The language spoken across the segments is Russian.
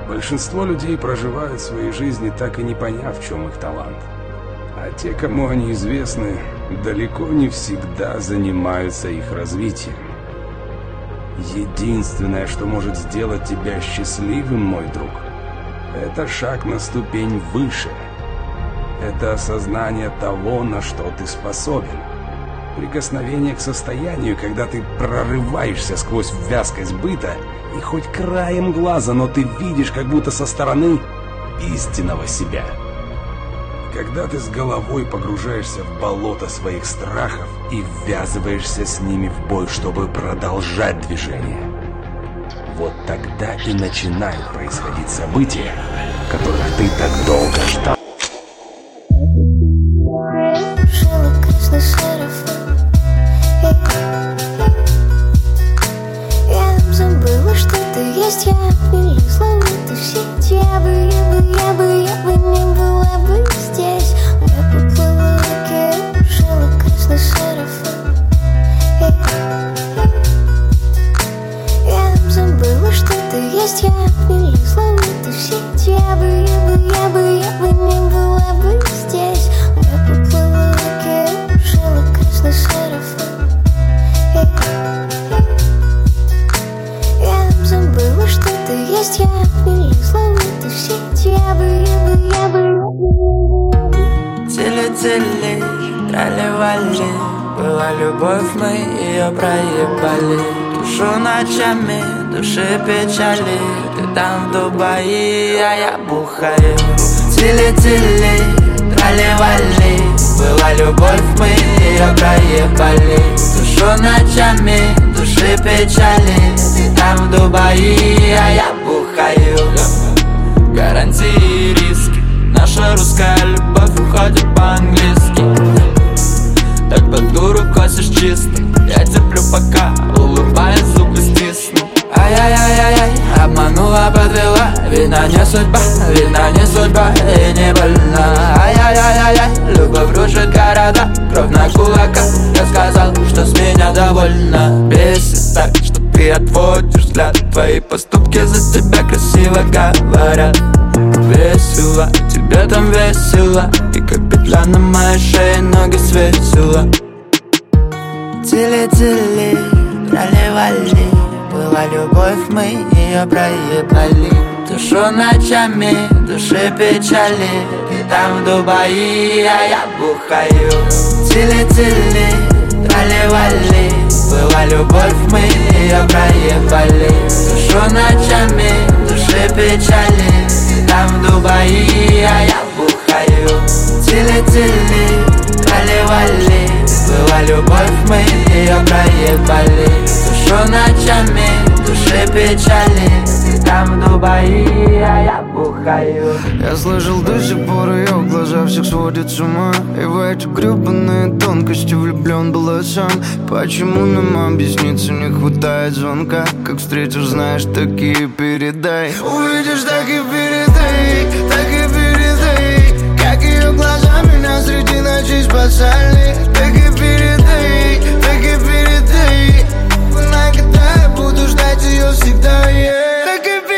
Большинство людей проживают свои жизни, так и не поняв, в чем их талант. А те, кому они известны, далеко не всегда занимаются их развитием. Единственное, что может сделать тебя счастливым, мой друг, это шаг на ступень выше. Это осознание того, на что ты способен. Прикосновение к состоянию, когда ты прорываешься сквозь вязкость быта, и хоть краем глаза, но ты видишь как будто со стороны истинного себя. Когда ты с головой погружаешься в болото своих страхов и ввязываешься с ними в бой, чтобы продолжать движение. Вот тогда и начинают происходить события, которых ты так долго ждал. Я забыла, что ты есть, я влезла в эту сеть. Я бы не была бы здесь. Я поплыла в океан, шила красный сарафан. Я забыла, что ты есть, я влезла в эту сеть. Я бы не была бы здесь. Я поплыла в океан, шила красный сарафан. Я забыла, что ты есть, я влезла в эту сеть. Я бы Тили-тили, трали-вали, была любовь, мы ее проебали. Душу ночами, души печали, ты там в Дубае, а я бухаю. Тили-тили, трали-вали, была любовь, мы ее проебали. Душу ночами, души печали, ты там в Дубае, а я бухаю. Гарантии и риски, наша русская любовь уходит по-английски. Так под дуру косишь чисто, я терплю пока, улыбаясь, зубы стисну. Ай-яй-яй-яй, обманула, подвела, вина не судьба и не больна. Ай-яй-яй-яй, любовь рушит города, кровь на кулаках, я сказал, что с меня довольна. Бесит так, что ты отводишь взгляд, твои поступки за тебя красиво говорят. Весело, тебе там весело, и как петля на моей шее ноги свесила. Тили-тили, трали-вали, была любовь, мы ее проебали. Душу ночами, души печали, ты там в Дубае, а я бухаю. Тили-тили, трали-вали, была любовь, мы ее проебали. Душу ночами, души печали, ты там в Дубае, а я бухаю. Тили-тили, трали-вали, была любовь, мы ее проебали. Душу ночами, души печали, ты там в Дубае, а я бухаю. Я слышал, до сих пор ее глаза всех сводят с ума, и в эти гребаные тонкости влюблен был я сам. Почему нам объясниться не хватает звонка? Как встретишь, знаешь, так и передай. Увидишь, так и передай, так и передай. Как ее глаза меня среди ночи спасали. Так и передай, так и передай. Когда я буду ждать ее всегда, yeah. Так и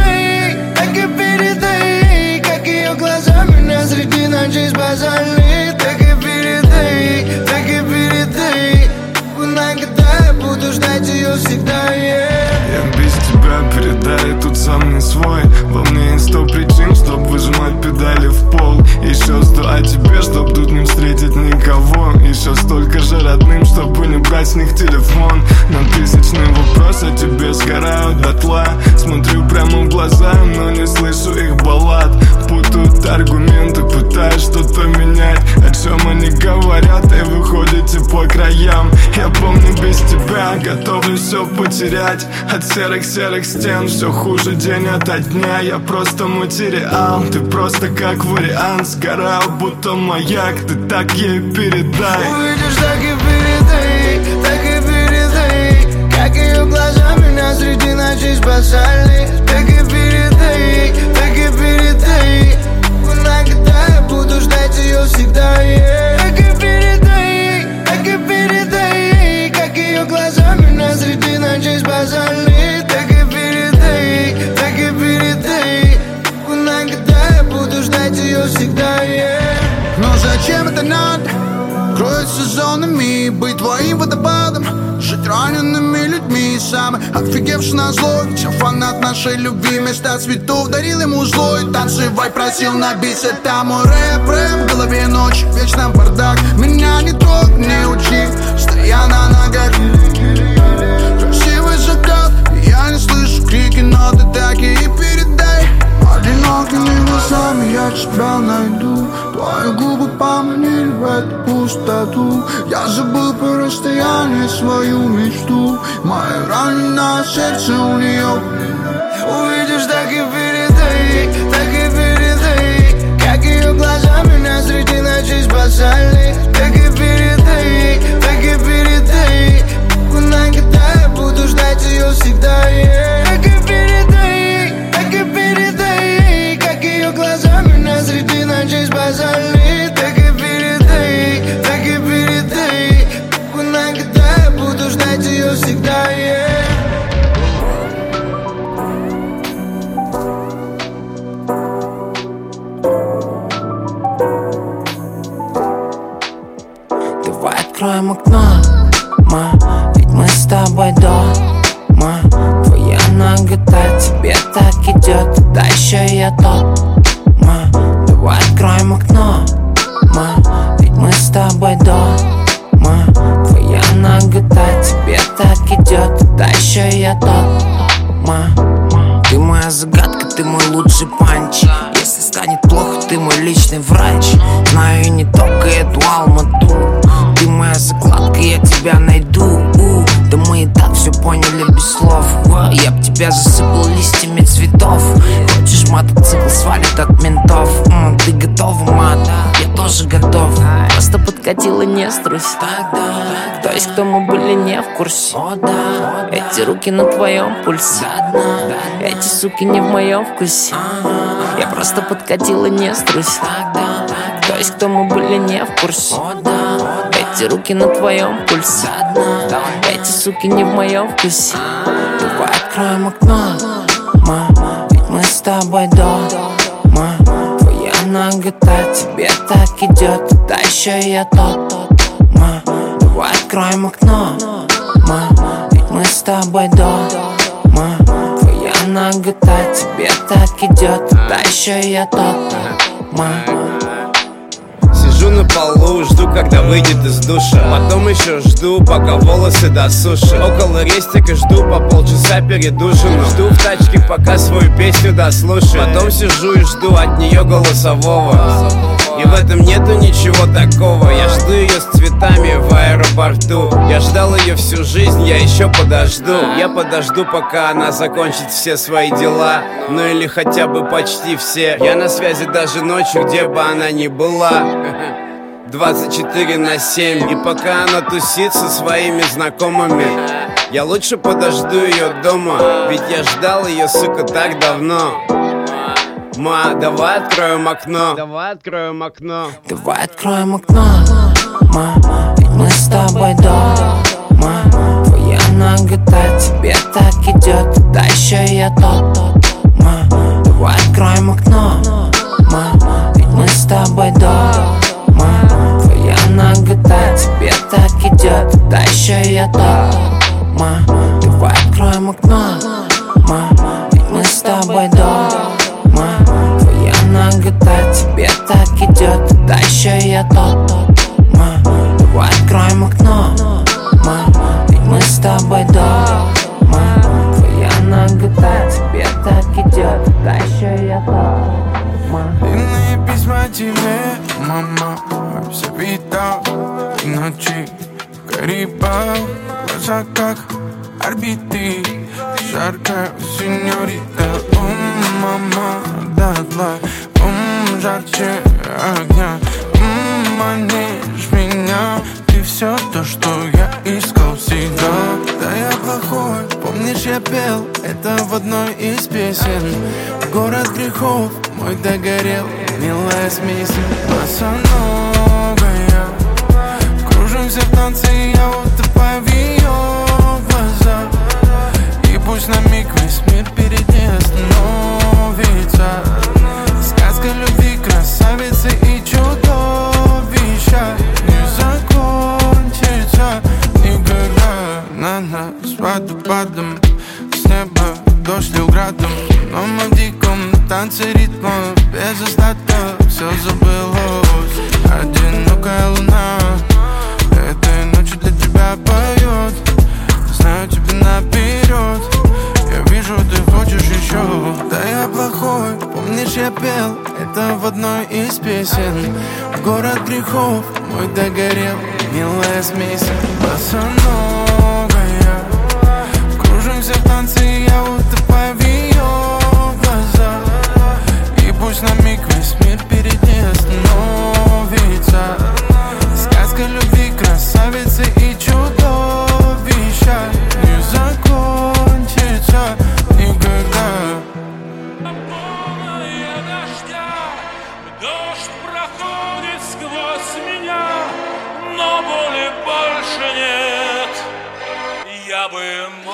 передай, как ее глаза меня среди ночи спасали. Так и передай, так и передай. Когда я буду ждать ее всегда, yeah. Я без тебя передай, тут сам не свой. Во мне есть 100 причин, чтоб выжимать педали в пол. Еще 100 о тебе, чтоб тут не встретить никого. Еще столько же родным, чтобы не брать с них телефон. На тысячный вопрос о тебе сгорают дотла. Смотрю прямо в глаза, но не слышу их баллад. Путают аргументы, пытаюсь что-то менять. О чем они говорят и выходите по краям. Я помню, без тебя готовы все потерять. От серых стен все хуже день ото дня. Я просто материал, ты просто как вариант. Сгорал, будто маяк, ты так ей передай. Увидишь, так и передай, так и передай. Как ее глаза меня среди ночи спасали. Так и передай, так и передай. Когда я буду ждать ее всегда, yeah. Так и передай, так и передай. Как ее глаза меня среди ночи спасали. Так и передай, так и передай. водопадом, жить ранеными людьми и самый офигевший на зло. Ведь я фанат нашей любви, вместо цветов дарил ему злой. Танцевай просил на бис, это мой рэп, в голове ночь, вечно бардак. Меня не трогай, не учи, стоя на ногах. Красивый закат, я не слышу крики, но ты так и передай. Одинокими глазами я тебя найду. Твои губы поманили в эту пустоту. Я забыл по расстоянию свою мечту. Мое раненое сердце у нее. Увидишь, так и передай, так и передай. Как ее глаза меня среди ночи спасали. Так и передай, так и передай. Куда я буду ждать ее всегда. Так и передай, так и передай. Как ее глаза меня среди ночи спасали. Так и передай, так и передай. Куда я буду ждать ее всегда. Давай откроем окно, ведь мы с тобой дома. Твоя нагота тебе так идет, да еще я тот. Давай откроем окно, ведь мы с тобой дома. Твоя нагота тебе так идет, да еще я тот. Ты моя загадка, ты мой лучший панч. Если станет плохо, ты мой личный врач. Знаю не только эту Алмату. Ты моя закладка, я тебя найду. Да мы и так все поняли без слов. Я б тебя засыпал листьями цветов. Хочешь мотоцикл свалит от ментов? Ты готова, мат? Я тоже готов. Просто подкатила, не струсь. То есть кто мы были не в курсе. Эти руки на твоем пульсе. Эти суки не в моем вкусе. Я просто подкатила, не струсь. То есть кто мы были не в курсе. Эти руки на твоем пульсе. Эти суки не в моем вкусе. Давай откроем окно, ведь мы с тобой дома. Твоя нагота тебе так идет, да еще я тот. Давай откроем окно, ведь мы с тобой дома. Твоя нагота тебе так идет, да еще я тот. Сижу на полу, жду, когда выйдет из душа. Потом еще жду, пока волосы досушат. Около рестика жду по полчаса перед ужином. Жду в тачке, пока свою песню дослушаю. Потом сижу и жду от нее голосового. И в этом нету ничего такого. Я жду ее с цветами в аэропорту. Я ждал ее всю жизнь, я еще подожду. Я подожду, пока она закончит все свои дела. Ну или хотя бы почти все. Я на связи даже ночью, где бы она ни была. 24/7. И пока она тусит со своими знакомыми, я лучше подожду ее дома. Ведь я ждал ее, сука, так давно. Давай откроем окно. Давай откроем окно. Давай откроем окно, ведь мы с тобой дома. Твоя нагота тебе так идет, да еще я тот. Давай откроем окно, ведь мы с тобой дома. Твоя нагота тебе так идет, да еще я тот. Давай откроем окно, ведь мы с тобой дома. Твоя нагота тебе так идет, да еще я тот. Давай откроем окно, ведь мы с тобой дома. Твоя нагота тебе так идет, да еще я тот. Длинные письма тебе, мама, все видал. И ночи гриба, глаза как орбиты. Жаркая сеньорита, мама, дотла, жарче огня. Манишь меня, ты все то, что я искал всегда. Да я плохой, помнишь, я пел это в одной из песен. Город грехов мой догорел, милая смесь. Босоногая, кружимся в танце, я утопаю в ее глазах. И пусть на миг весь мир перед ней остановится. Сказка любви, красавицы и чудовища не закончится. Не Но мы в диком танце ритмов, без остатка все забылось. Одинокая луна этой ночью для тебя поет. Знаю тебе наперед, я вижу, ты хочешь еще. Да я плохой, помнишь, я пел это в одной из песен. Город грехов мой догорел, милая смесь босоногая. Кружимся в танце, и я утопаю в ее глазах. И пусть на миг весь мир перед ней остановится. Сказка любви, красавицы и чудовища не закончится никогда. Полная дождя, дождь проходит сквозь меня, но боли больше нет. Я бы мог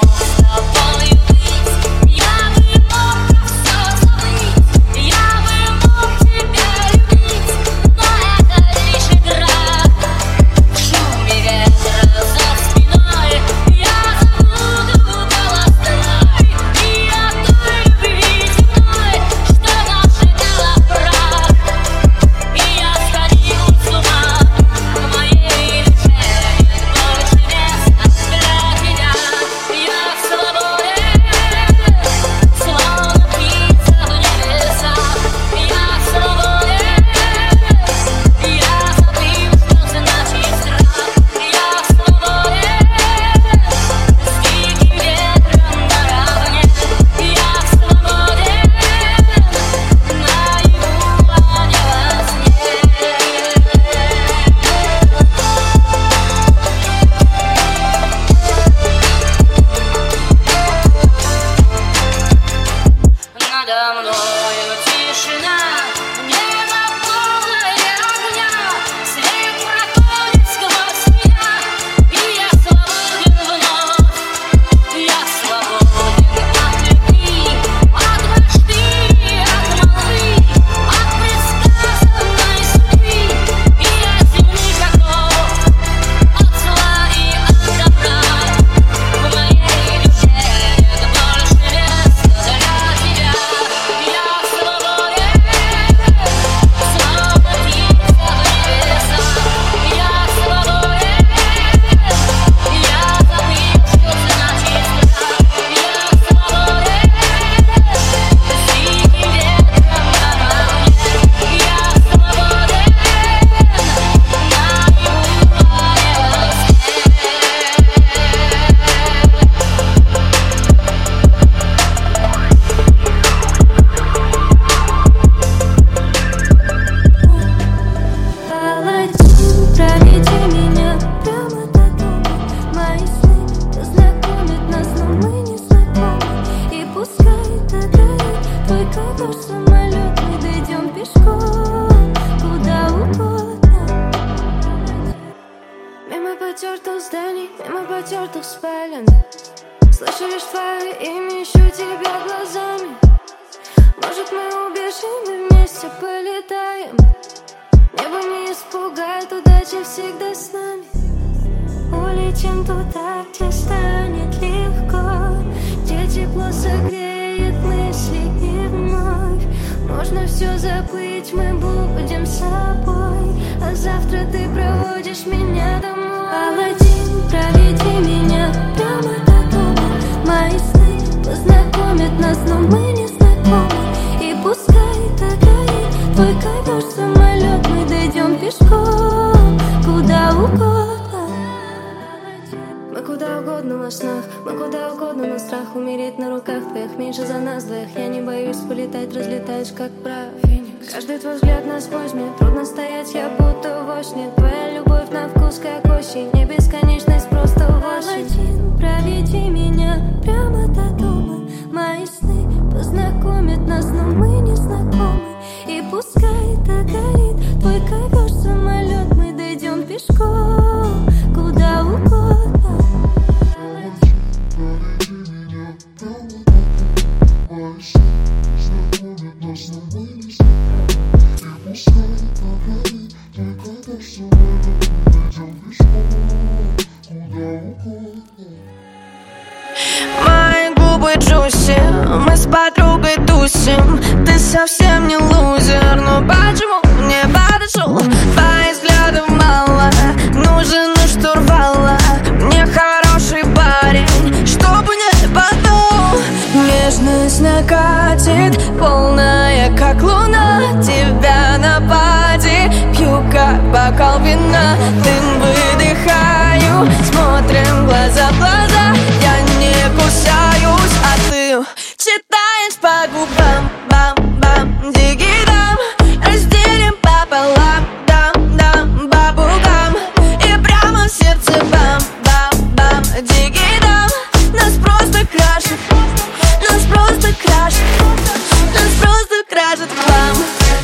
потертых зданий, мимо потертых спален. Слышу лишь твое имя, ищу тебя глазами. Может, мы убежим и вместе полетаем. Небо не испугает, удача всегда с нами. Улетим туда, где станет легко, где тепло согреет мысли и вновь. Можно все забыть, мы будем собой. А завтра ты проводишь меня домой. Аладдин, проведи меня прямо до дома. Мои сны познакомят нас, но мы не знакомы. И пускай так горит твой ковер, самолет, мы дойдем пешком куда угодно. Мы куда угодно во снах, мы куда угодно, но страх умереть на руках твоих меньше за нас двоих. Я не боюсь полетать, разлетаюсь как прах. Каждый твой взгляд насквозь, мне трудно стоять, я будто во сне. Твоя любовь на вкус как осень, не бесконечность, просто осень. Проведи меня прямо до дома. Мои сны познакомят нас, но мы не знакомы. И пускай так горит твой ковер, самолет, мы дойдем пешком куда угодно. Мои губы Джуси, мы с подругой тусим. совсем не лузер, но почему не подошел? Твоих взглядов мало, нужен и штурвала. Мне хороший парень, чтобы не подул. Нежность накатит, полная как луна. Тебя на паде, пью как бокал вина. Дым выдыхаю, смотрим глаза в глаза. Я не кусаюсь, а ты читаешь по губам. Бам-бам, дигидам, разделим пополам. Дам-дам, бабугам, и прямо в сердце бам-бам-бам, дигидам. Нас просто крашит, нас просто крашит, нас просто крашит хлам.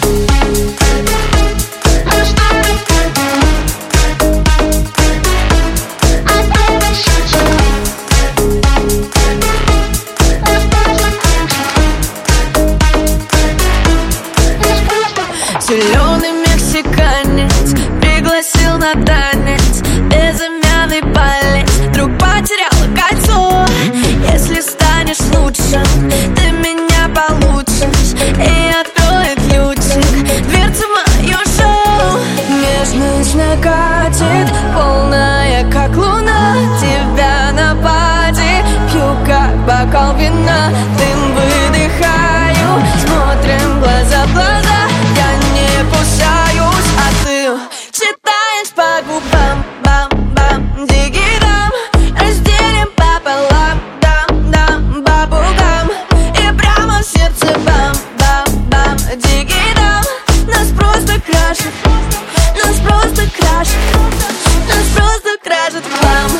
Зеленый мексиканец пригласил на танец. Безымянный палец вдруг потерял кольцо. Если станешь лучше, ты меня получишь и откроет ключик дверцу мою шоу. Нежность накатит, полная как луна. Тебя на паде, пью как бокал вина. Дым выдыхаю, смотрим глаза в глаза. Я не кусаюсь, а ты читаешь по губам. Бам-бам, дигидам, разделим пополам. Дам-дам, бабугам, и прямо в сердце бам-бам-бам, дигидам. Нас просто крашит, нас просто крашит, нас просто крашит хлам.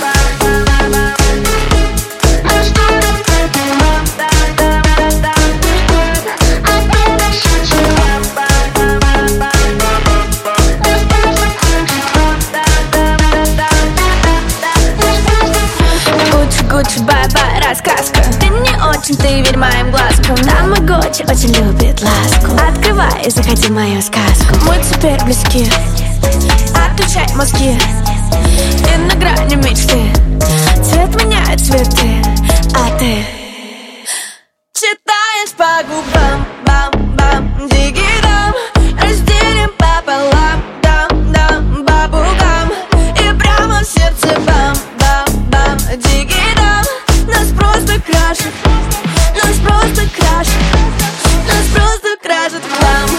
Гуччи, бай-бай, рассказка. Ты не очень, ты верь моим глазкам. Дамы Гуччи очень любит ласку. Открывай и заходи в мою сказку. Мы теперь близки, отключай мозги. И на грани мечты цвет меняет цветы, а ты читаешь по губам. Бам-бам, дигидам, разделим пополам. Дам-дам, бабугам, и прямо в сердце бам-бам-бам, дигидам. Нас просто крашит, нас просто крашит, нас просто крашит хлам.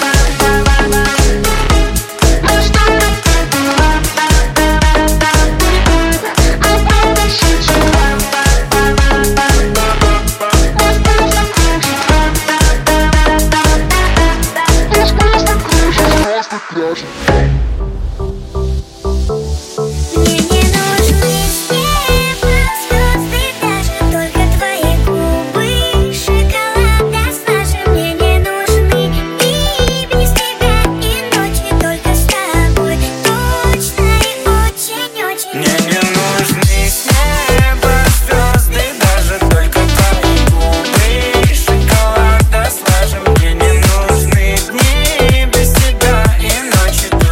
Мне не нужны дни без тебя и ночи.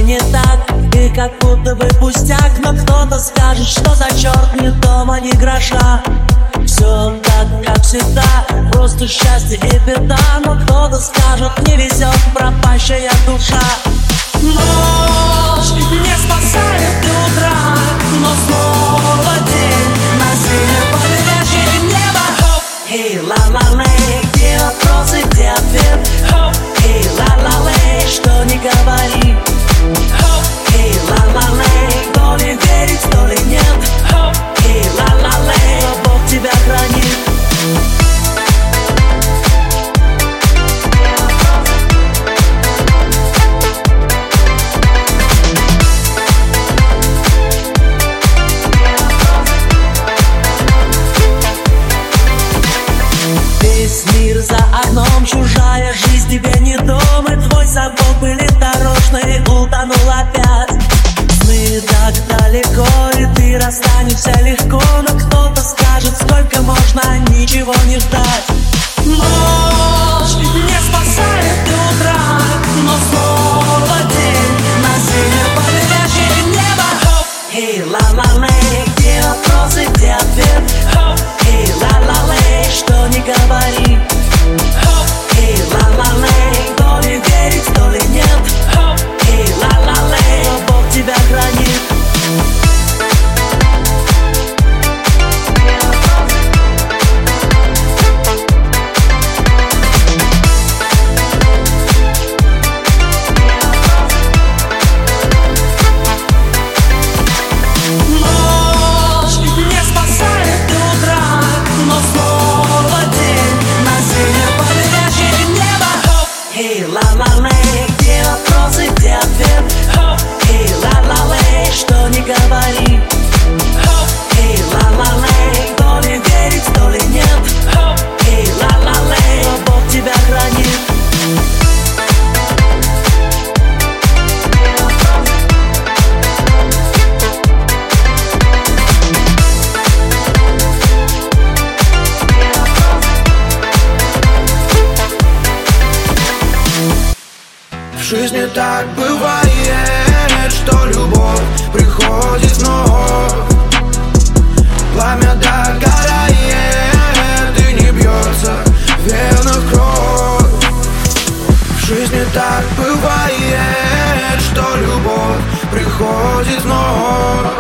не так, и как будто бы пустяк. Но кто-то скажет, что за черт, ни дома, ни гроша. Все так, как всегда, просто счастье и беда. Но кто-то скажет, не везет пропащая душа. Ночь не спасает утра, но снова день на синем побережье неба. Эй, ла-ла-лей, где вопросы, где ответ? Эй, ла-ла-лей, что не говори. Эй, ла-ла-лей, то ли верить, то ли нет. Эй, ла-ла-лей, Бог тебя хранит. Весь мир за окном, чужая жизнь тебе не дом. И твой замок были дорожные, утонул опять. Сны так далеко, и ты расстанешься легко. Но кто-то скажет, сколько можно ничего не ждать. Ночь не спасает утра, но снова день на синем побережье неба. Эй, ла-ла-лей, где вопросы, где ответ? Эй, ла-ла-лей, что не говори. Эй, ла-ла-лей, то ли верить, то ли нет. Эй, ла-ла-лей, Бог тебя хранит. Эй, ла-ла-лей, где вопросы, где ответ? Эй, ла-ла-лей, что не говори. Эй, ла-ла-лей, то ли верить, то ли нет. Эй, ла-ла-лей, Бог тебя хранит. В жизни так бывает, что любовь приходит вновь. Пламя догорает, и не бьется в венах кровь. В жизни так бывает, что любовь приходит вновь.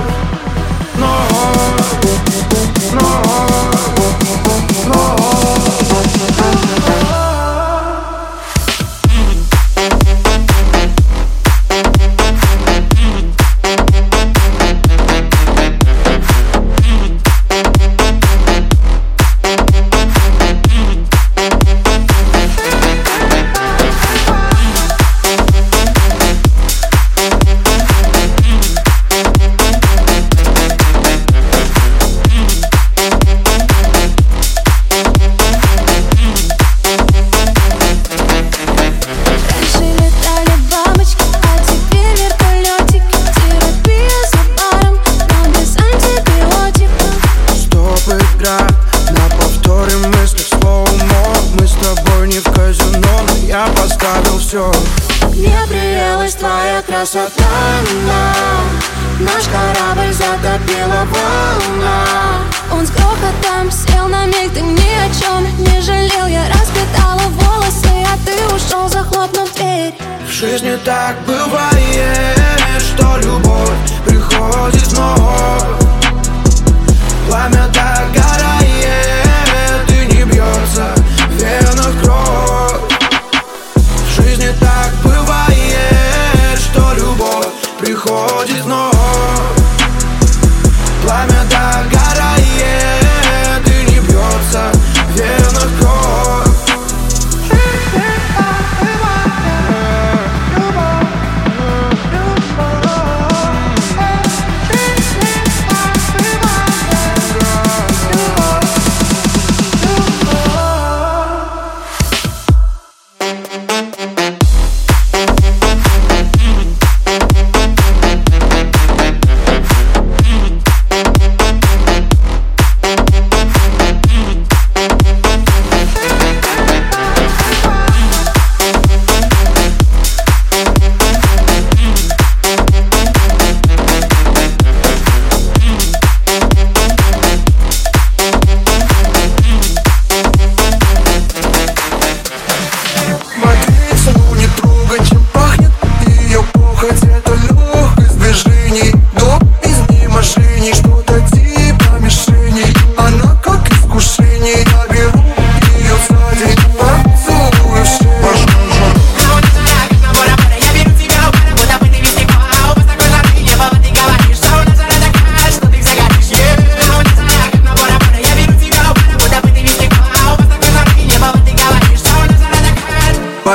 Мне приелась твоя красота, наш корабль затопила волна. Он с грохотом сел на миг, ты ни о чем не жалел. Я распитала волосы, а ты ушел, захлопнув дверь. В жизни так бывает, что любовь приходит вновь. Пламя догорает, и не бьется в венах кровь. В жизни так бывает, что любовь приходит вновь. Пламя догорает, и не бьется в венах кровь.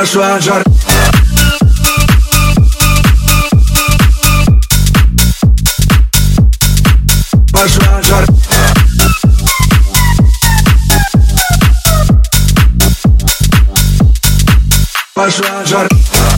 Пошла жара. Пошла жара. Пошла жара.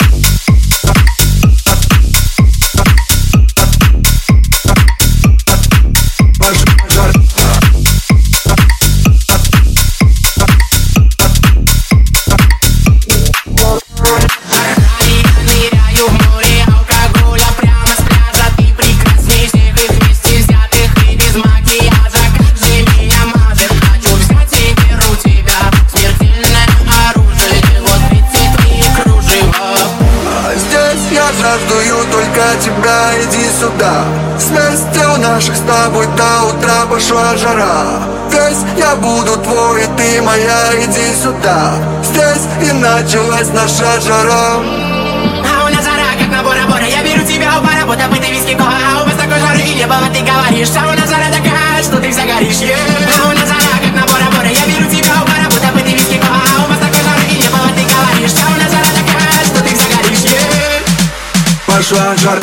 Тебя, иди сюда. Вместе у наших с тобой до утра пошла жара. Весь я буду твой, и ты моя, иди сюда. Здесь и началась наша жара. А у нас жара, как набор набора. Я беру тебя у пара, будто бы ты виски кола. А у вас такой жары и небо, ты говоришь. А у нас жара такая, что ты вся горишь, А у нас жара, как набор набора. Я беру тебя у пара, будто бы ты виски кола. А у вас такой жары и небо, ты говоришь. А у нас жара такая, что ты вся горишь, Пошла жара.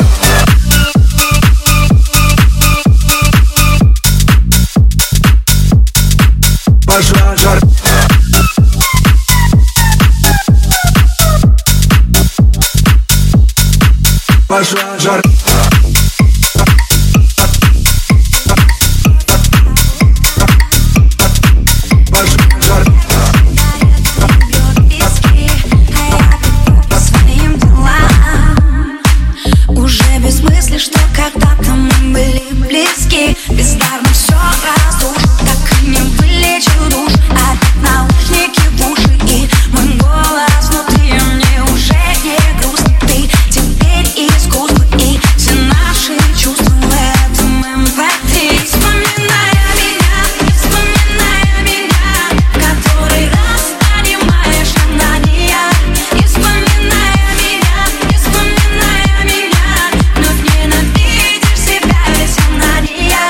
Пошла жара. Пошла жара. Что когда-то мы были близки. Бездарно все разрушу, так и не вылечил душ. Опять наушники в уши и мой голос внутри. Мне уже не грустно, ты теперь искусство. И все наши чувства в этом MP3. Вспоминая меня, который раз понимаешь, она не я. И вспоминая меня, вновь ненавидишь себя, ведь она не я.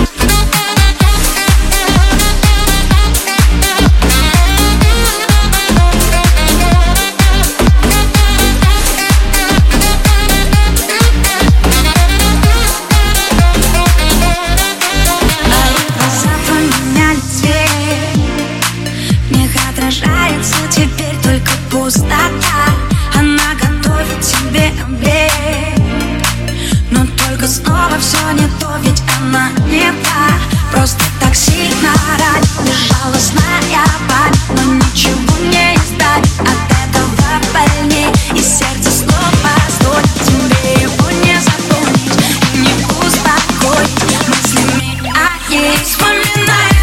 В них отражается теперь только пустота. Она готовит тебе обед, но только снова все не то, ведь она не та. Просто так сильно ранит, безжалостная память. Но ничего не издать от этого больней. И сердце снова стонет, тебе его не запомнить и не успокоить мыслями о ней. Вспоминая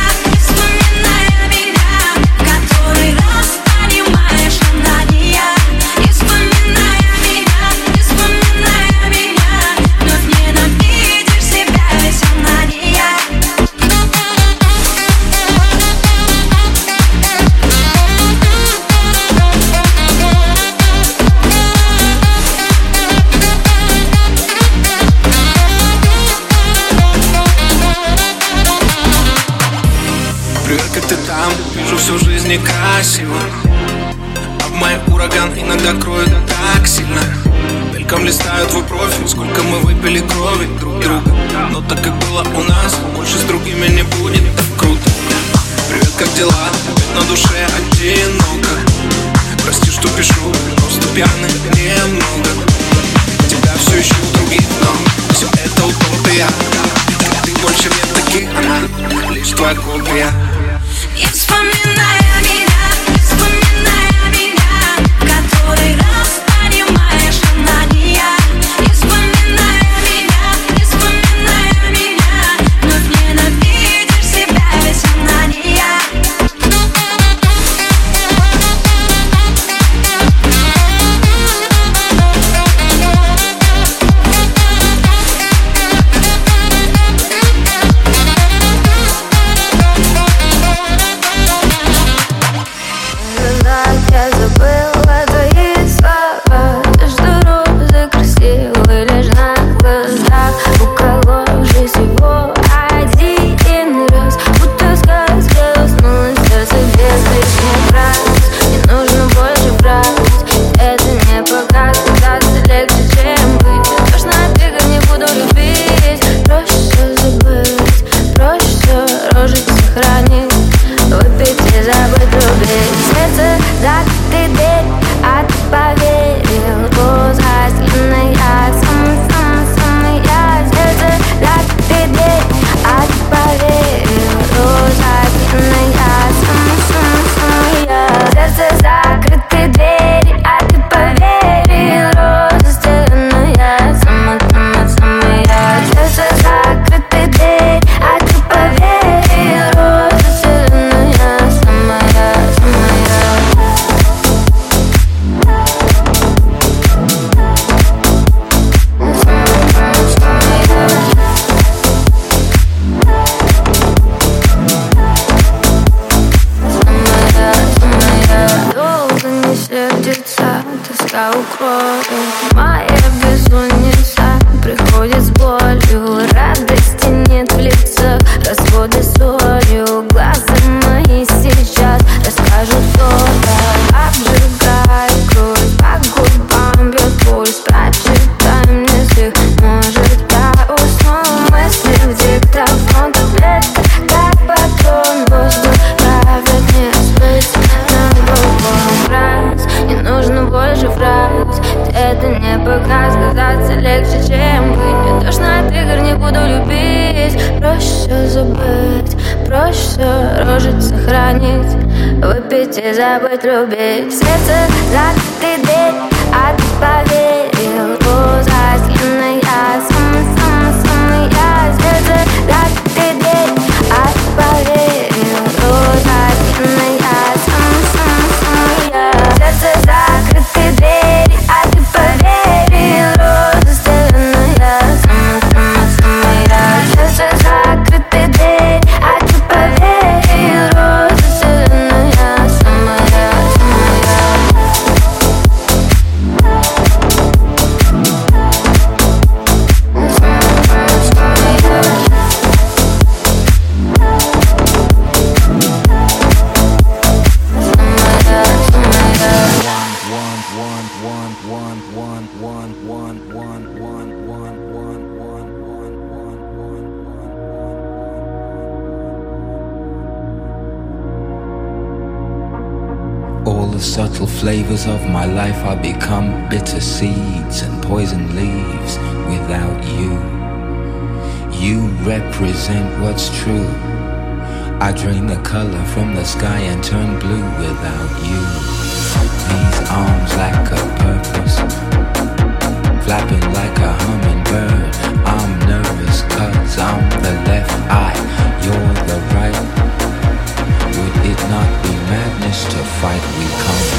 меня, который раз понимаешь, она не я. И вспоминая меня, вновь ненавидишь себя, ведь она не я. Привет, как ты там? Вижу всю жизнь некрасиво. А в моей ураган иногда кроет так сильно. Мельком листаю твой профиль, сколько мы выпили крови друг друга. Но так как было у нас, больше с другими не будет так круто. Привет, как дела? Ведь на душе одиноко. Прости, что пишу, просто пьяный немного. Тебя все ищу у других, но все это утопия. Ты больше нет таких, она лишь твоя копия. И вспоминая меня, который раз понимаешь, она не я. И вспоминая меня, вновь ненавидишь себя, ведь она не я. тобою. Моя бессонница приходит с болью, радости нет в лицах, разводы солью. Глаза мои сейчас расскажут только. Обжигай кровь, по губам бьет пульс. Прочитай мне стих, может я усну. Мысли в диктофон, таблетка как патрон. Воздух правит мне спать на другом раз. Не нужно больше фраз, это не пока. Сказаться легче, чем быть. Мне тошно от игр, не буду любить. Проще забыть, проще рожить сохранить, выпить и забыть любить. В сердце закрытый дверь, а ты поверил. Роза длинная, самый-самый-самый я. В сердце закрытый дверь, а ты поверил. Роза длинная, самый-самый-самый я. В сердце закрытый дверь, а ты поверил. Роза длинная, самый-самый-самый я. В сердце закрытый дверь, а ты поверил. Роза длинная, самая-самая я. All the subtle flavors of my life are become bitter seeds and poison leaves without you. You represent what's true. I drain the color from the sky and turn blue without you. These arms lack a purpose, flapping like a hummingbird. I'm nervous 'cause I'm the left eye, you're the right. Would it not be madness to fight? We come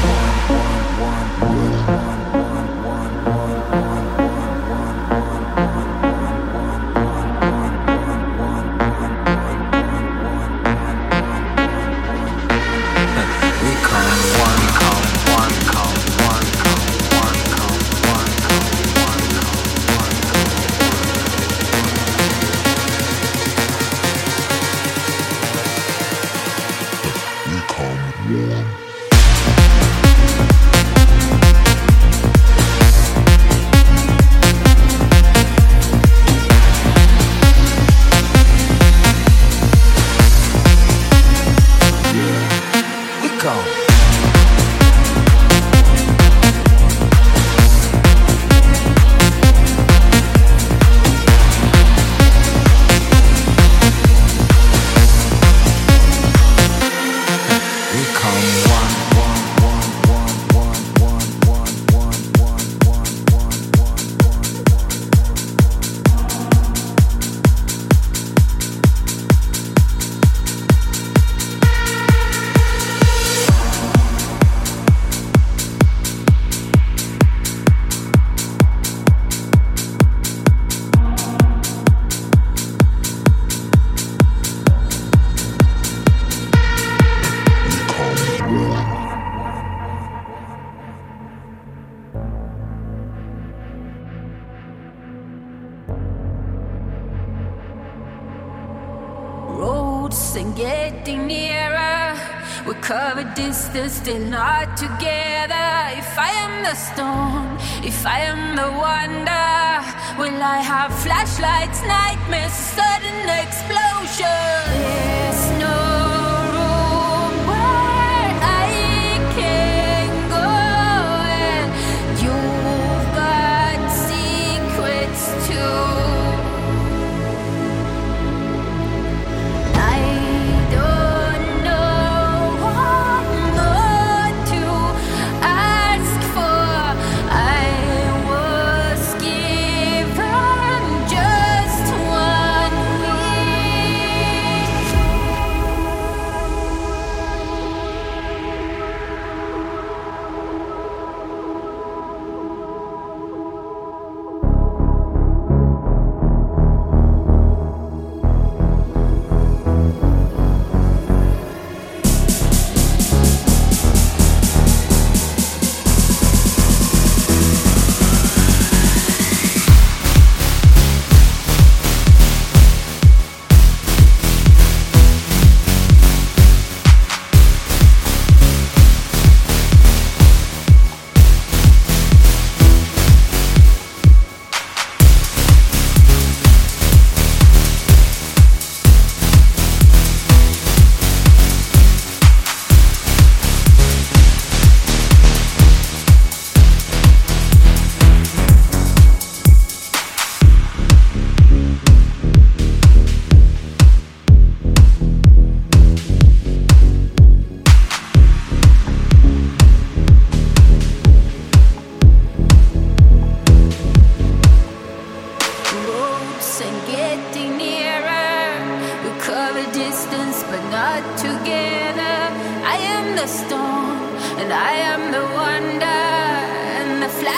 And getting nearer, we cover distance, still not together. If I am the storm, if I am the wonder, will I have flashlights, nightmares, sudden explosion? There's no room where I can go, and you've got secrets too.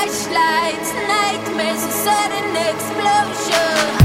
flashlights, nightmares, a sudden explosion.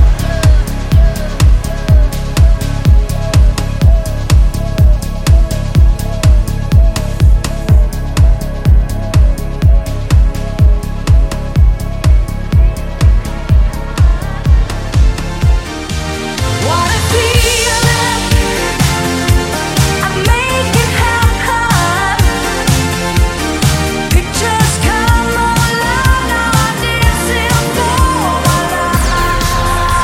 Pictures come alive, now I dance in for my life.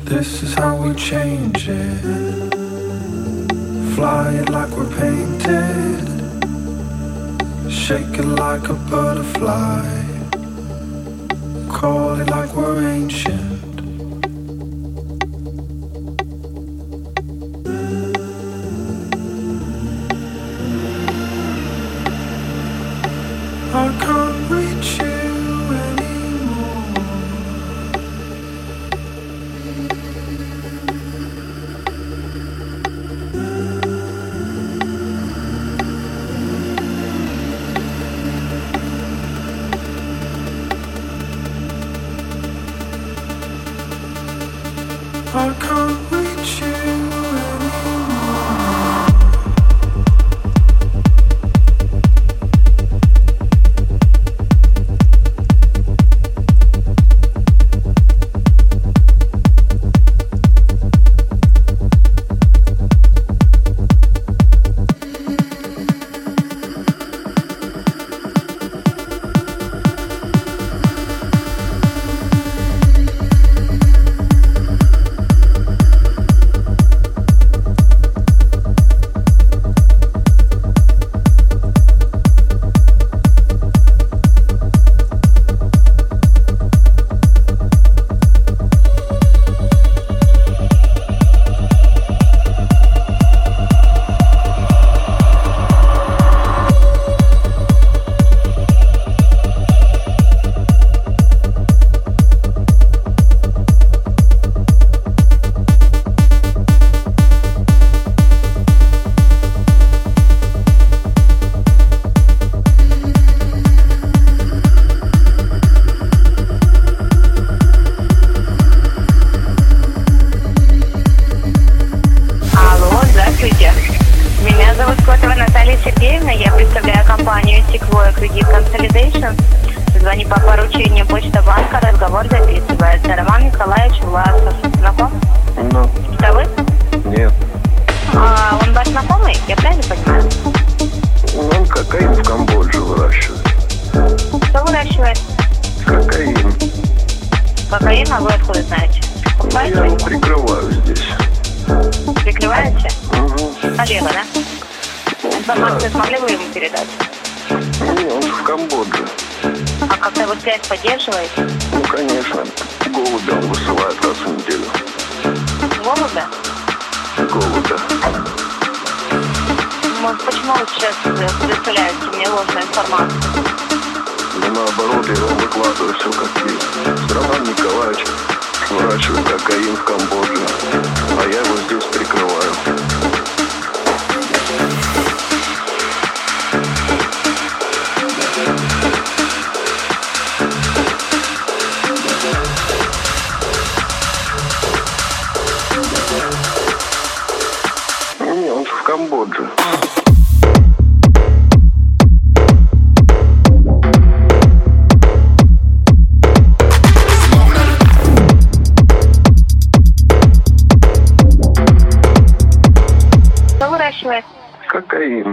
This is how we change it. Fly it like we're painted. Shake it like a butterfly. Call it like we're ancient. I can't reach you anymore. I can't reach you anymore. Звони по поручению Почта банка, разговор записывается. Роман Николаевич Власов. Знаком? Ну. Это вы? Нет. А он ваш знакомый? Я правильно понимаю? Он кокаин в Камбодже выращивает. Что выращивает? Кокаин. Кокаин? А вы откуда знаете? Я его прикрываю здесь. Прикрываете? Угу. Олега, да? Информацию смогли вы ему передать? Не, он в Камбодже. А как-то вы связь поддерживаете? Ну, конечно. Голубя он высылает раз в неделю. Голубя? Голубя. Почему вы сейчас представляете мне ложную информацию? Да наоборот, я вам выкладываю все как есть. Роман Николаевич выращивает кокаин в Камбодже, а я его здесь прикрываю. Не, он в Камбодже. Что выращивает? Кокаин.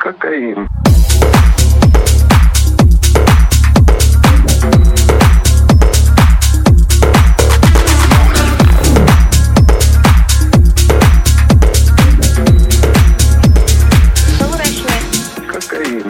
Кокаин. Кокаин.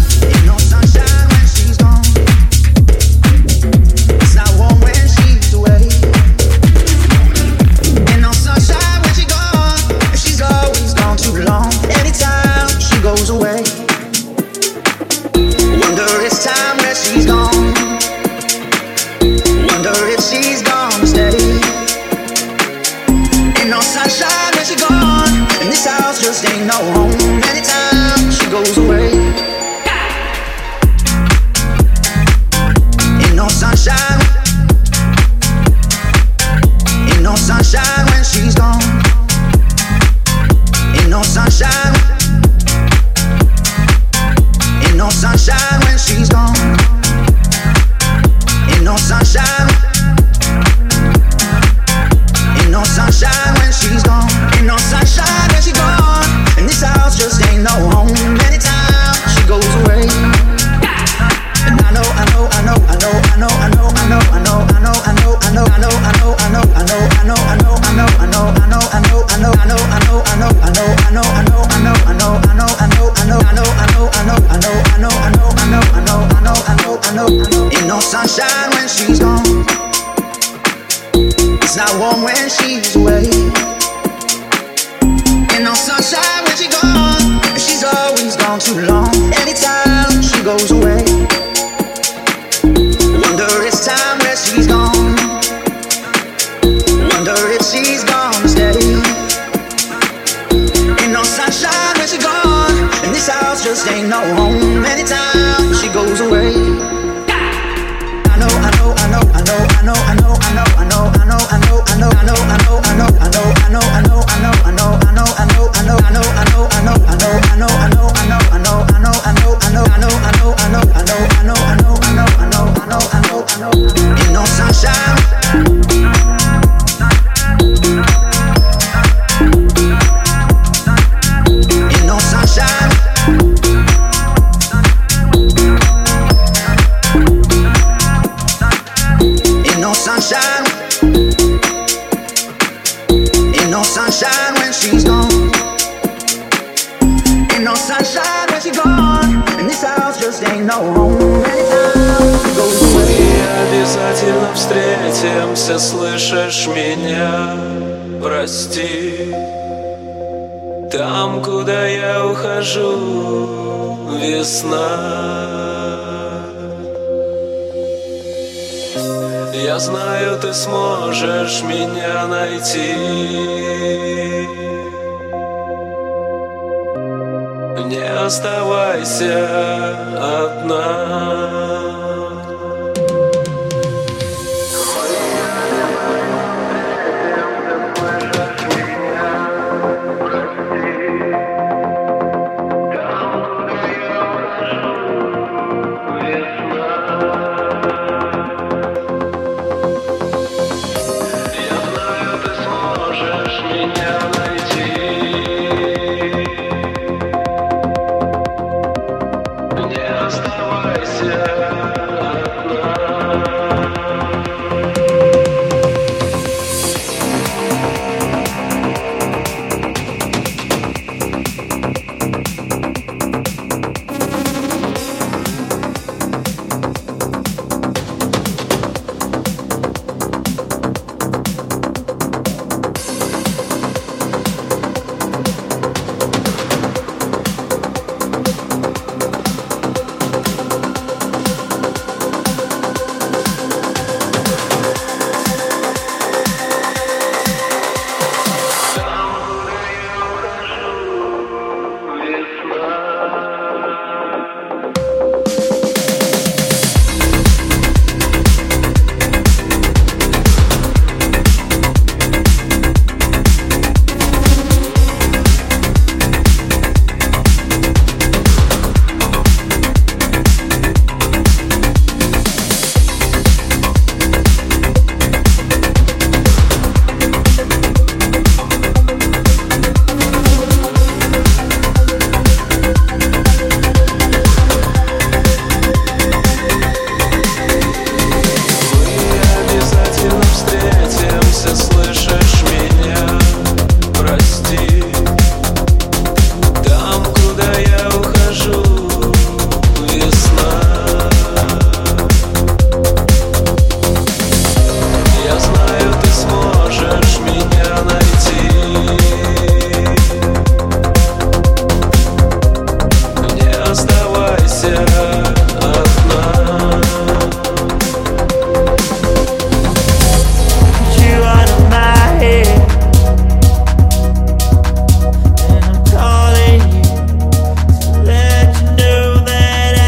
Встретимся, слышишь меня? Прости. Там, куда я ухожу, весна. Я знаю, ты сможешь меня найти. Не оставайся одна. Не оставайся. мастера окна. You out of my head, and I'm calling you to let you know that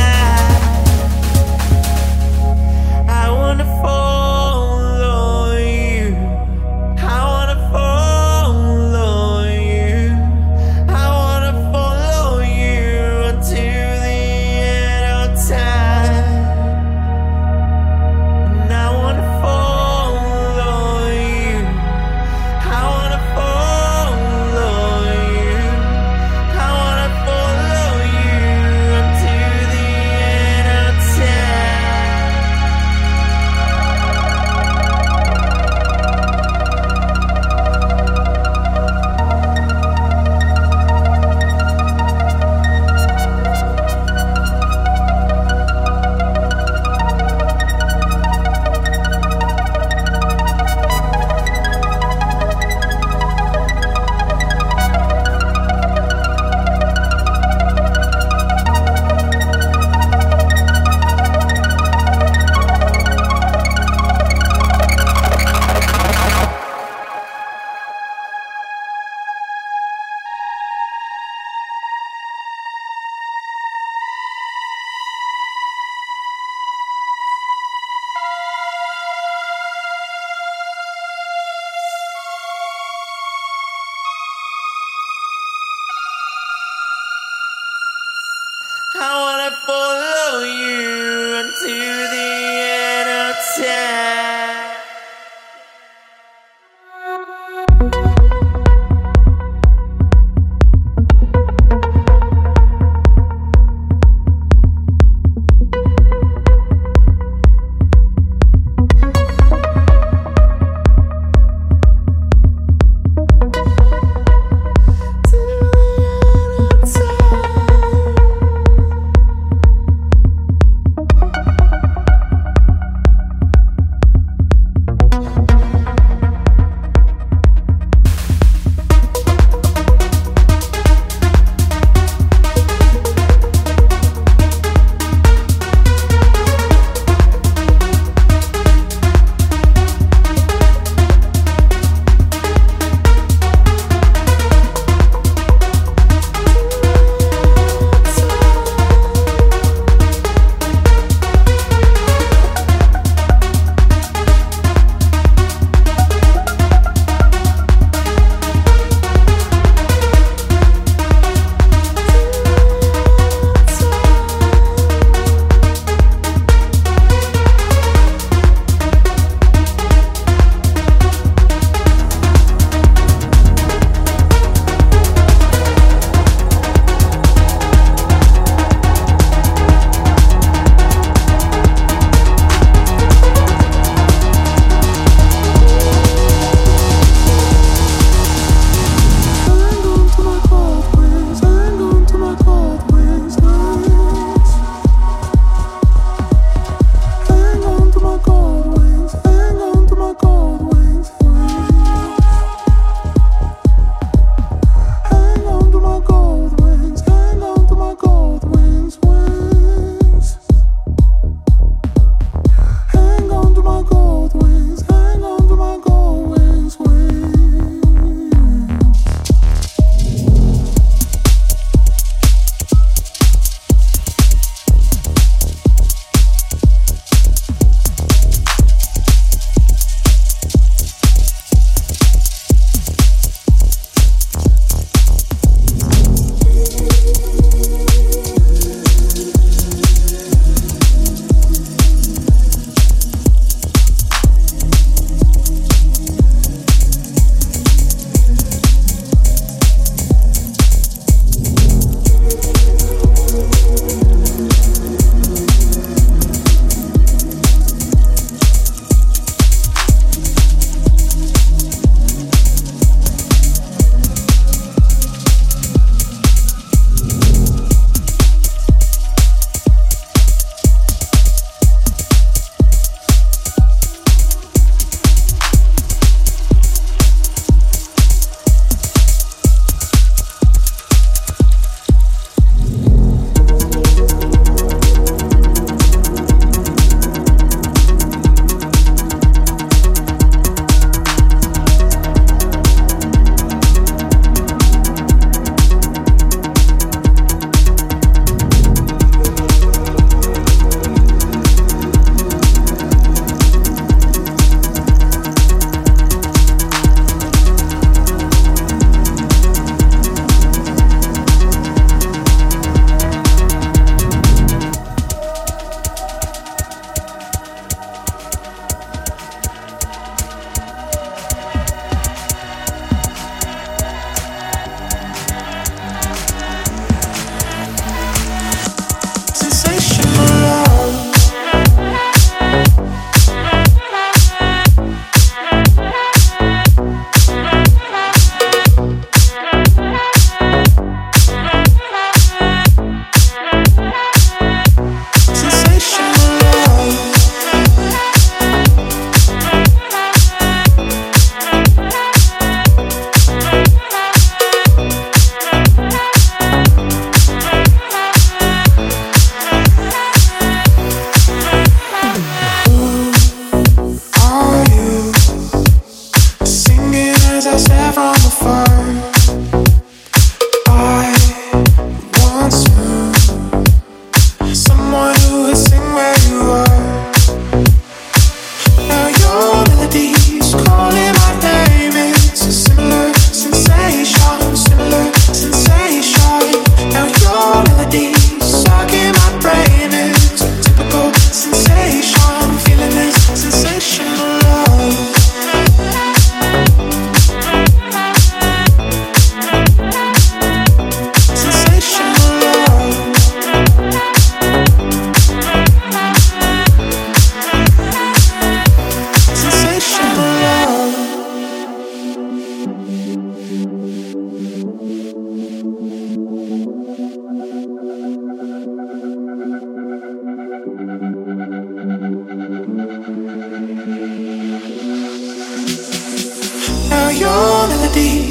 I wanna follow you. I wanna follow you. I wanna follow you until the end of time. And I wanna follow you. I wanna follow you. I wanna follow you until the end of time. I wanna follow you until the end of time.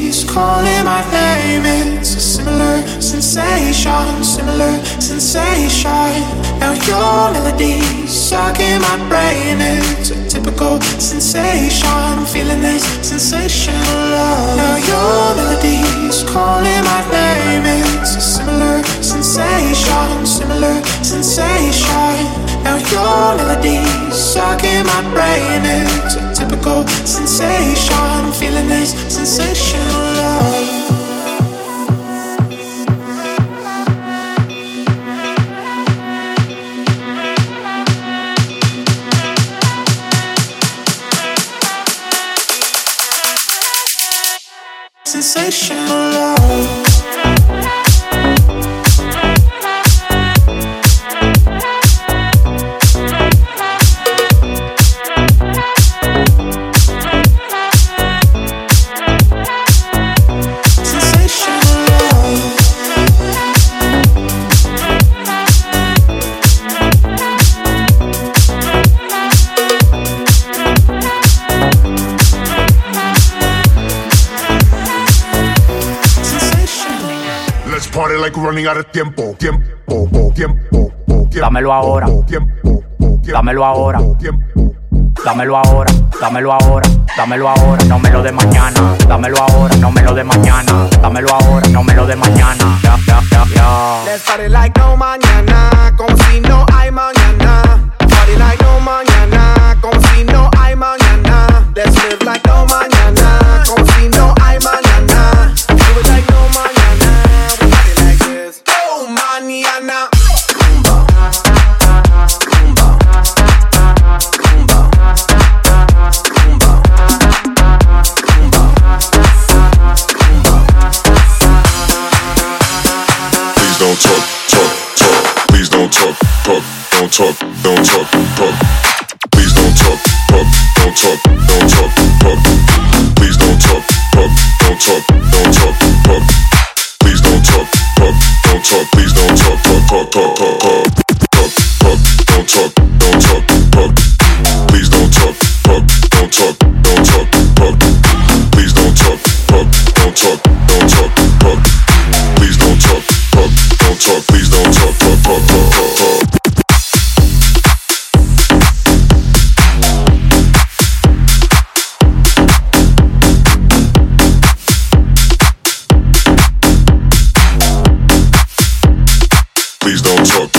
melodies calling my name. It's a similar sensation, similar sensation. Now your melodies stuck in my brain. It's a typical sensation. I'm feeling this sensational love. Now your melodies calling my name. It's a similar sensation, similar sensation. Now your melodies stuck in my brain. It's a typical sensation. I'm feeling this sensational love. Sensational love. Party like we're running out of tiempo, tiempo, tiempo. Dámelo ahora, dámelo ahora, dámelo ahora, dámelo ahora, dámelo ahora, no me lo de mañana, dámelo ahora, no me lo de mañana, dámelo ahora, no me lo de mañana. Let's party like no mañana, como si no hay mañana. Party like no mañana, como si no hay mañana. Let's live like no mañana, como si no hay mañana. Do it like no mañana, we party like this. Oh mañana. Don't talk, please don't talk, don't talk. Please don't talk, don't talk. Please don't talk, don't talk. Please don't talk, don't talk. Please don't talk, don't talk. Please don't talk, don't talk. Please don't talk, don't talk. Please don't talk, don't talk. Please don't talk, Please don't talk.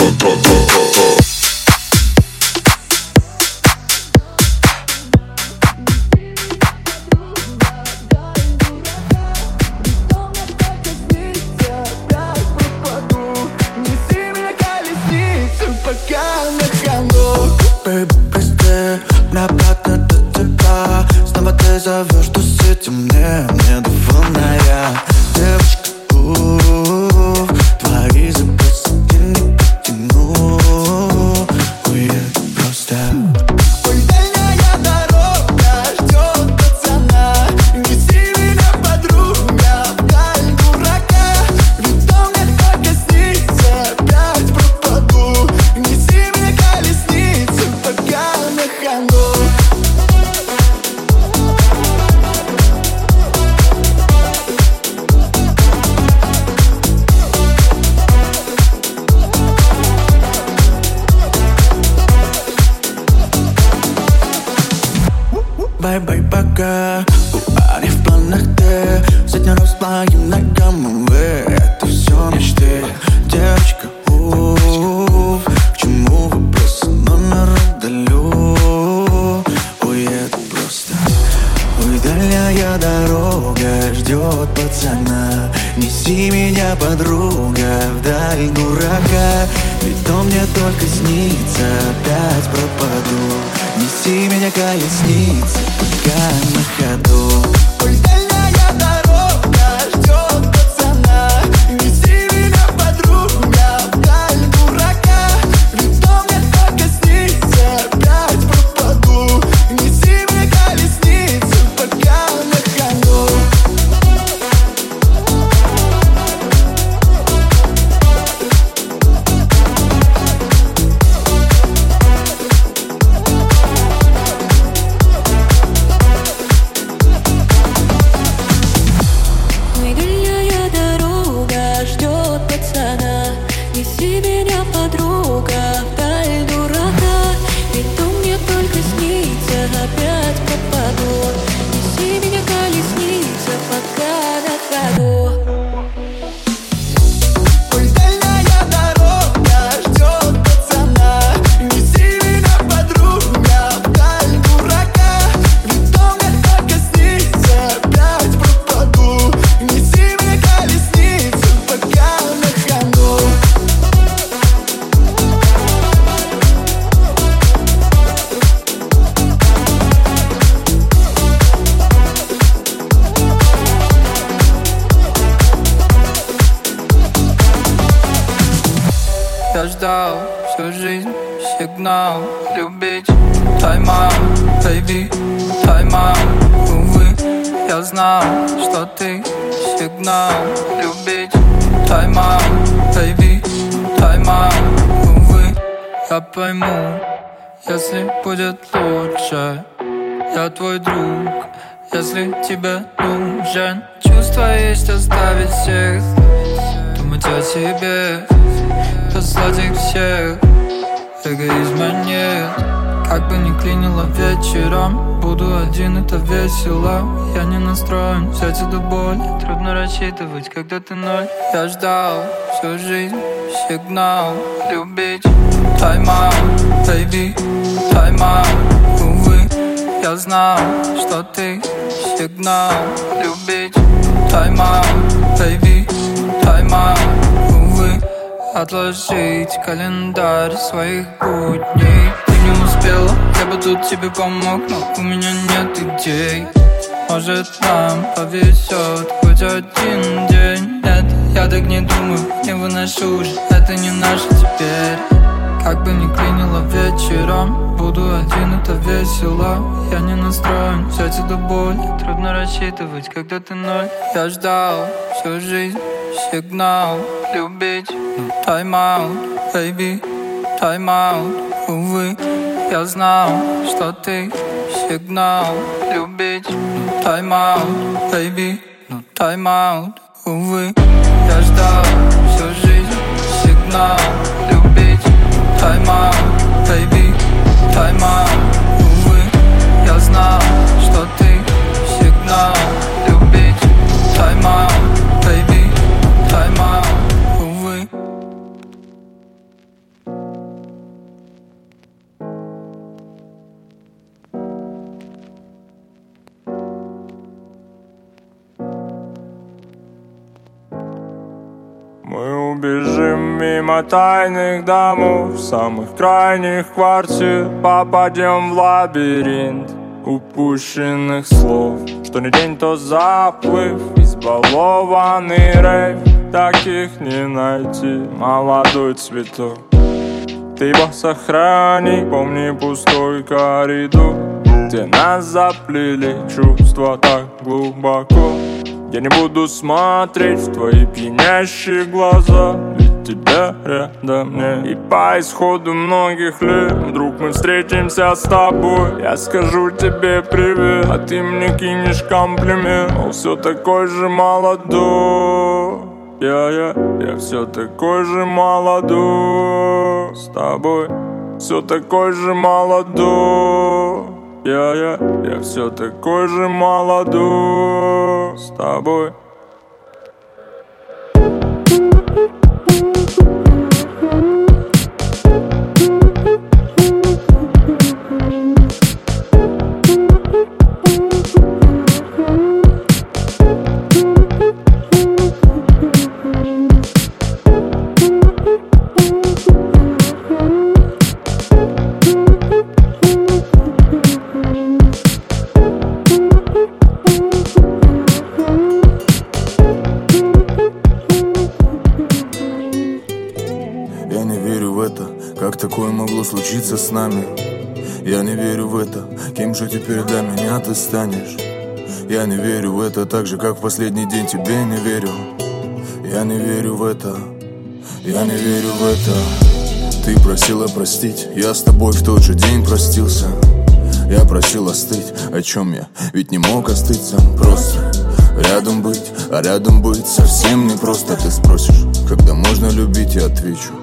Обратно до тебя. Снова ты зовешь, что сети мне до фонаря. Девочка, твои запросы я не потяну. Уеду просто. Ой, дальняя дорога ждет пацана. Неси меня, подруга, вдаль дурака. Ведь он мне только снится, опять пропаду. Неси меня колесницу, пока на ходу. Бай-бай, пока. А не в планах ты. Сегодня раз моим ногам, это все мечты. Девочка, к чему вопросы? Номер удалю. Уеду просто. Ой, дальняя дорога ждет пацана. Неси меня, подруга, вдаль дурака. Ведь он мне только снится, опять пропаду. Неси меня, колесница, пока на ходу. Ой, дальняя дорога ждет пацана. Неси меня, подруга, вдаль дурака. Ведь он мне только снится, опять пропаду. Неси меня, колесница, пока на ходу. дорога вдаль дурака. Ведь то мне только снится, опять пропаду. Неси меня, колесница, пока на ходу. Я ждал всю жизнь сигнал любить. Тайм-аут, baby, тайм-аут. Увы, я знал, что ты сигнал любить. Тайм-аут, baby, тайм-аут. Увы, я пойму, если будет лучше. Я твой друг, если тебе нужен. Чувство есть оставить всех, думать о себе, послать их всех. Эгоизма нет, как бы ни клинило вечером. Буду один, это весело. Я не настроен взять эту боль. Трудно рассчитывать, когда ты ноль. Я ждал всю жизнь сигнал любить. Тайм-аут, baby, тайм-аут. Увы, я знал, что ты сигнал любить. Тайм-аут, baby, тайм-аут. Увы, отложить календарь своих будней. Ты не успела, я бы тут тебе помог, но у меня нет идей. Может, нам повезет хоть один день. Нет, я так не думаю, не выношу уже, это не наше теперь. Как бы ни клинило вечером, буду один, это весело. Я не настроен взять эту боль. Трудно рассчитывать, когда ты ноль. Я ждал всю жизнь сигнал любить. Тайм-аут, baby, тайм-аут. Увы, я знал, что ты сигнал любить. Тайм-аут, baby, тайм-аут. Увы, я ждал всю жизнь сигнал любить. Тайм-аут, baby, тайм-аут. Увы, я знал, что ты сигнал любить. Тайм-аут, baby, тайм-аут. Увы. Мы убежим мимо тайных домов, самых крайних квартир, попадем в лабиринт упущенных слов. Что ни день, то заплыв, избалованный рейв. Таких не найти, молодой цветок. Ты его сохрани, помни пустой коридор, где нас заплели чувства так глубоко. Я не буду смотреть в твои пьянящие глаза, ведь тебя рядом нет. И по исходу многих лет вдруг мы встретимся с тобой. Я скажу тебе привет, а ты мне кинешь комплимент. Мол, все такой же молодой. Я все такой же молодой с тобой. Все такой же молодой. Я все такой же молодой с тобой. Такое могло случиться с нами. Я не верю в это. Кем же теперь для меня ты станешь? Я не верю в это, так же, как в последний день тебе не верю. Я не верю в это. Я не верю в это. Ты просила простить, я с тобой в тот же день простился. Я просил остыть, о чем я ведь не мог остыть сам. Просто рядом быть, а рядом быть совсем не просто. Ты спросишь, когда можно любить, я отвечу: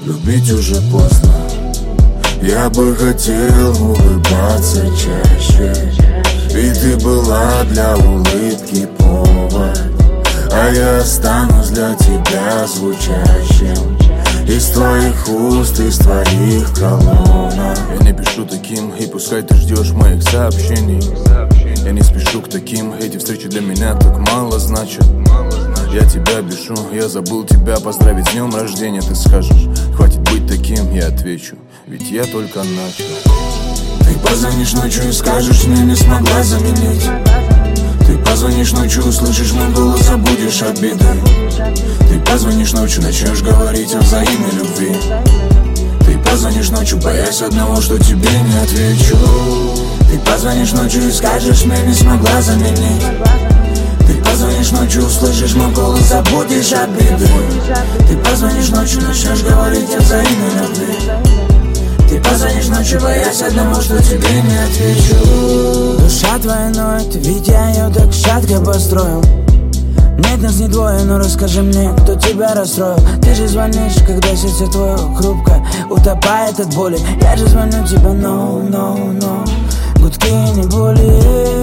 любить уже поздно. Я бы хотел улыбаться чаще, ведь ты была для улыбки повод. А я останусь для тебя звучащим из твоих уст, из твоих колонок. Я не пишу таким, и пускай ты ждешь моих сообщений. Я не спешу к таким, эти встречи для меня так мало значат. Я тебя бешу, я забыл тебя поздравить с днем рождения. Ты скажешь, хватит быть таким, я отвечу, ведь я только начал. Ты позвонишь ночью и скажешь, мне не смогла заменить. Ты позвонишь ночью, услышишь мой голос, забудешь обиды. Ты позвонишь ночью, начнешь говорить о взаимной любви. Ты позвонишь ночью, боясь одного, что тебе не отвечу. Ты позвонишь ночью и скажешь, мне не смогла заменить. Ты позвонишь ночью, услышишь мой голос, забудешь обиды. Ты позвонишь ночью, начнешь говорить о взаимной любви. Ты позвонишь ночью, боясь одного, что тебе не отвечу. Душа твоя ноет, ведь я ее так шатко построил. Нет нас не двое, но расскажи мне, кто тебя расстроил. Ты же звонишь, когда сердце твое хрупко утопает от боли. Я же звоню тебе, no. Гудки не боли.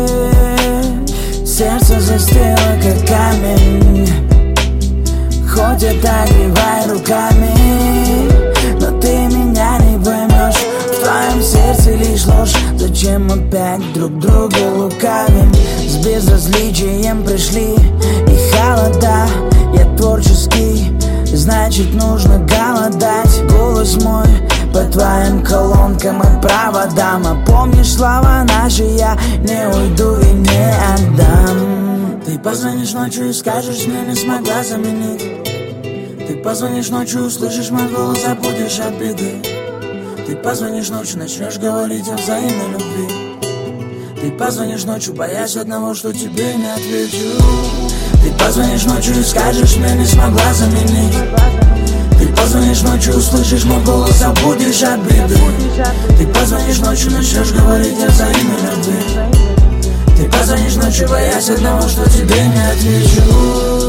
Сердце застыло, как камень. Хоть это огревай руками, но ты меня не поймешь. В твоем сердце лишь ложь. Зачем опять друг друга лукавим? С безразличием пришли и холода. Я творческий, значит нужно голодать. Голос мой по твоим колонкам и проводам. А помнишь слова наши, я не уйду и не отдам. Ты позвонишь ночью и скажешь, мне не смогла заменить. Ты позвонишь ночью, услышишь мой голос, забудешь обиды. Ты позвонишь ночью, начнешь говорить о взаимной любви. Ты позвонишь ночью, боясь одного, что тебе не отвечу. Ты позвонишь ночью и скажешь, мне не смогла заменить. Ты позвонишь ночью, услышишь мой голос, забудешь обиды. Ты позвонишь ночью, начнешь говорить о взаимной любви. Ты позвонишь ночью, боясь одного, что тебе не отвечу.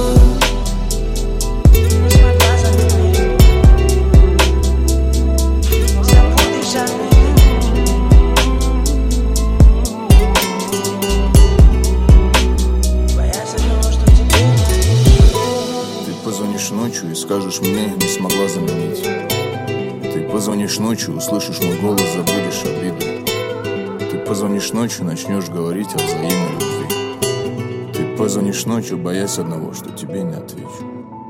Ночью и скажешь, мне не смогла заменить. Ты позвонишь ночью, услышишь мой голос, забудешь обиду. Ты позвонишь ночью, начнешь говорить о взаимной любви. Ты позвонишь ночью, боясь одного, что тебе не отвечу.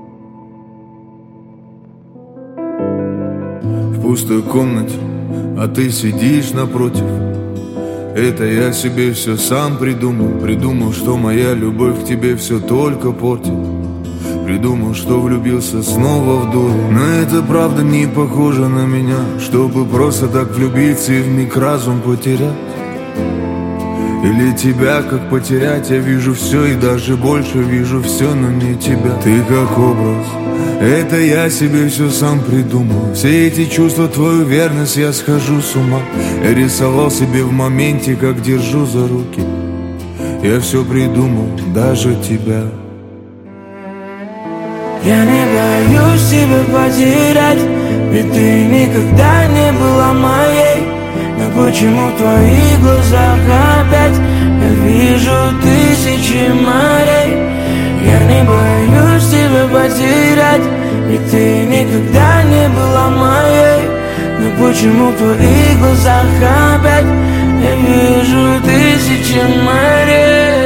В пустой комнате, а ты сидишь напротив. Это я себе все сам придумал. Придумал, что моя любовь к тебе все только портит. Придумал, что влюбился снова в дуру. Но это правда не похоже на меня, чтобы просто так влюбиться и вмиг разум потерять. Или тебя как потерять. Я вижу все и даже больше вижу все, но не тебя. Ты как образ, это я себе все сам придумал. Все эти чувства, твою верность, я схожу с ума. Я рисовал себе в моменте, как держу за руки. Я все придумал, даже тебя. Я не боюсь тебя потерять, ведь ты никогда не была моей. Но почему в твоих глазах опять я вижу тысячи морей? Я не боюсь тебя потерять, ведь ты никогда не была моей. Но почему в твоих глазах опять я вижу тысячи морей?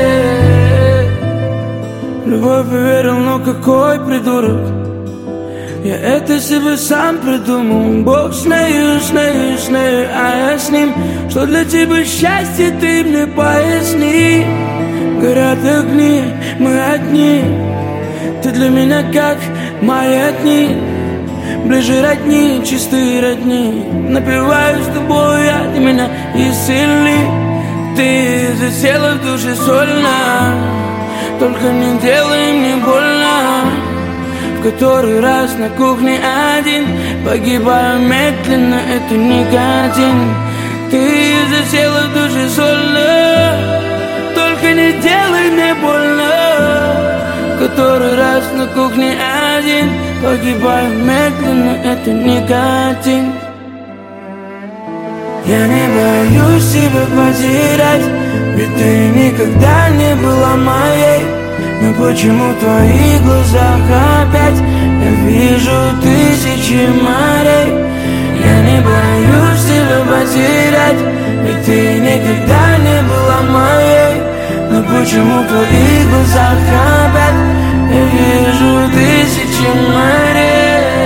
Любовь поверил, но какой придурок. Я это себе сам придумал. Бог с нею, а я с ним. Что для тебя счастье, ты мне поясни. Горят огни, мы одни. Ты для меня как маятник. Ближе родни, чистые родни. Напиваю с тобой, я ты меня исцели. Ты засела в душе сольно. Только не делай мне больно. В который раз на кухне один. Погибаю медленно, это никотин. Ты засела в душе сольно. Только не делай мне больно. В который раз на кухне один. погибаю медленно, это никотин. Я не боюсь тебя потерять, ведь ты никогда не была моей. Но почему в твоих глазах опять я вижу тысячи морей? Я не боюсь тебя потерять, ведь ты никогда не была моей. Но почему в твоих глазах опять я вижу тысячи морей?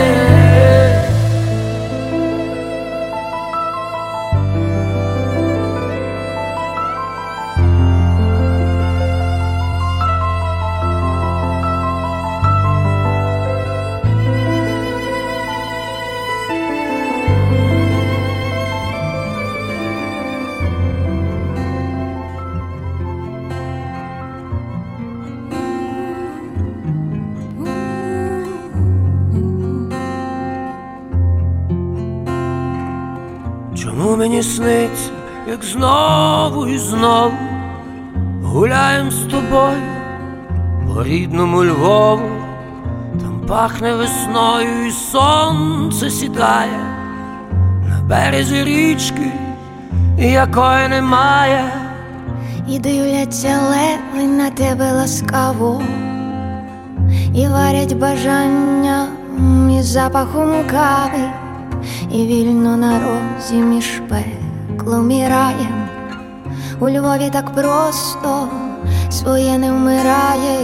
Чому мені сниться, як знову і знову гуляєм з тобою по рідному Львову? Там пахне весною і сонце сідає на березі річки, якої немає. І дивляться леви на тебе ласкаво, і варять бажання із запахом кави. І вільно на розі між пеклом і раєм. У Львові так просто своє не вмирає.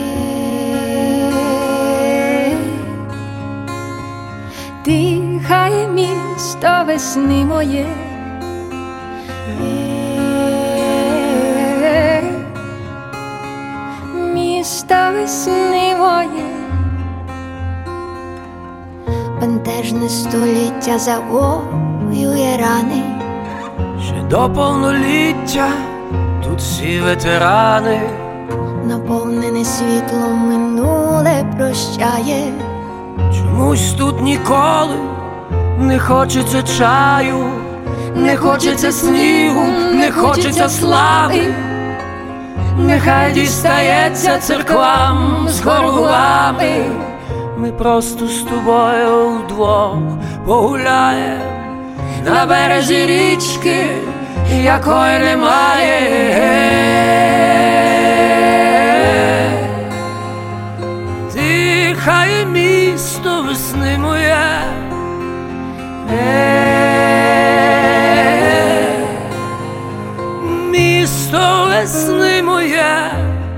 Дихає місто весни моє, місто весни моє. Бентежне століття завоює рани. Ще до повноліття тут всі ветерани. Наповнене світлом минуле прощає. Чомусь тут ніколи не хочеться чаю, не хочеться снігу, не хочеться слави. Нехай дістається церквам з хоргулами. Ми просто з тобою вдвох погуляєм на березі річки, якої немає. Дихає місто весни моє, місто весни моє.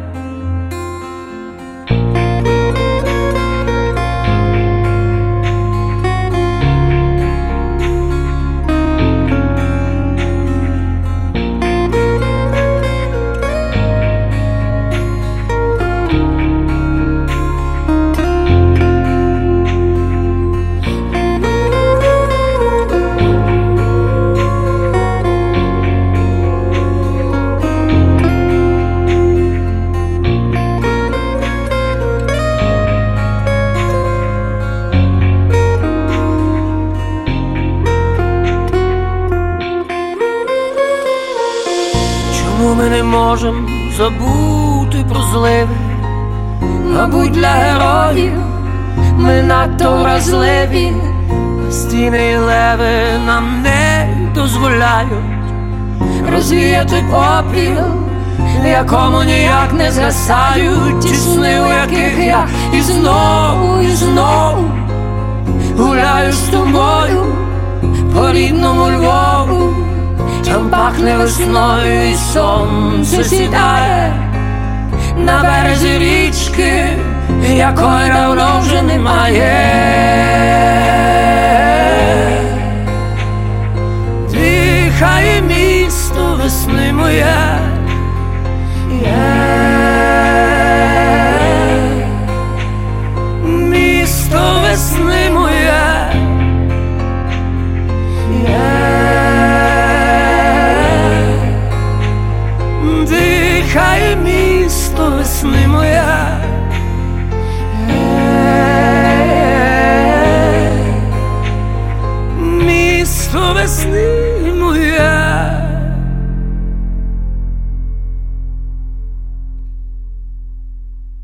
Ми не можем забути про зливи, мабуть, для героїв ми надто вразливі. Стіни і леви нам не дозволяють розвіяти попіл, в якому ніяк не згасають ті сни, у яких я і знову гуляю з тобою по рідному Львову. Там пахне весною і сонце сідає на березі річки, якої давно вже немає. Дихає місто весни моє, місто весни моє. Дихає місто весни моя.